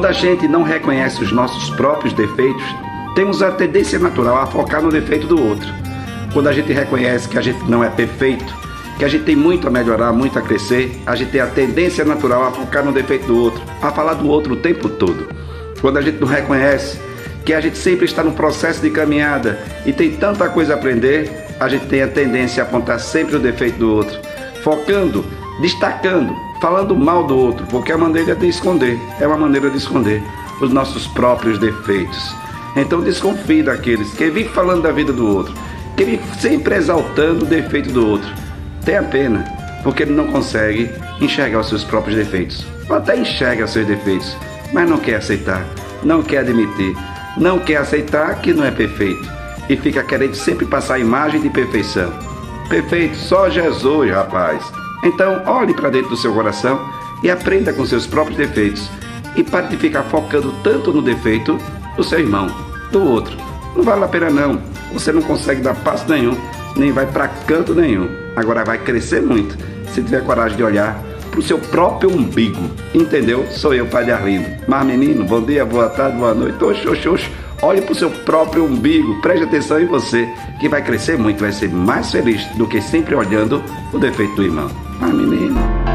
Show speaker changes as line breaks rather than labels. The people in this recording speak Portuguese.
Quando a gente não reconhece os nossos próprios defeitos, temos a tendência natural a focar no defeito do outro. Quando a gente reconhece que a gente não é perfeito, que a gente tem muito a melhorar, muito a crescer, a gente tem a tendência natural a focar no defeito do outro, a falar do outro o tempo todo. Quando a gente não reconhece que a gente sempre está no processo de caminhada e tem tanta coisa a aprender, a gente tem a tendência a apontar sempre o defeito do outro, focando, destacando, falando mal do outro, porque é uma maneira de esconder, os nossos próprios defeitos. Então desconfie daqueles que vivem falando da vida do outro, que vivem sempre exaltando o defeito do outro. Tenha pena, porque ele não consegue enxergar os seus próprios defeitos. Ou até enxerga os seus defeitos, mas não quer aceitar, não quer admitir, não quer aceitar que não é perfeito e fica querendo sempre passar a imagem de perfeição. Perfeito só Jesus, rapaz. Então olhe para dentro do seu coração e aprenda com seus próprios defeitos e pare de ficar focando tanto no defeito do seu irmão, do outro. Não vale a pena não, você não consegue dar passo nenhum, nem vai para canto nenhum. Agora vai crescer muito se tiver coragem de olhar para o seu próprio umbigo, entendeu? Sou eu, Padre Arlindo. Mas menino, bom dia, boa tarde, boa noite, oxe. Olhe para o seu próprio umbigo, preste atenção em você, que vai crescer muito, vai ser mais feliz do que sempre olhando o defeito do irmão. Mas menino...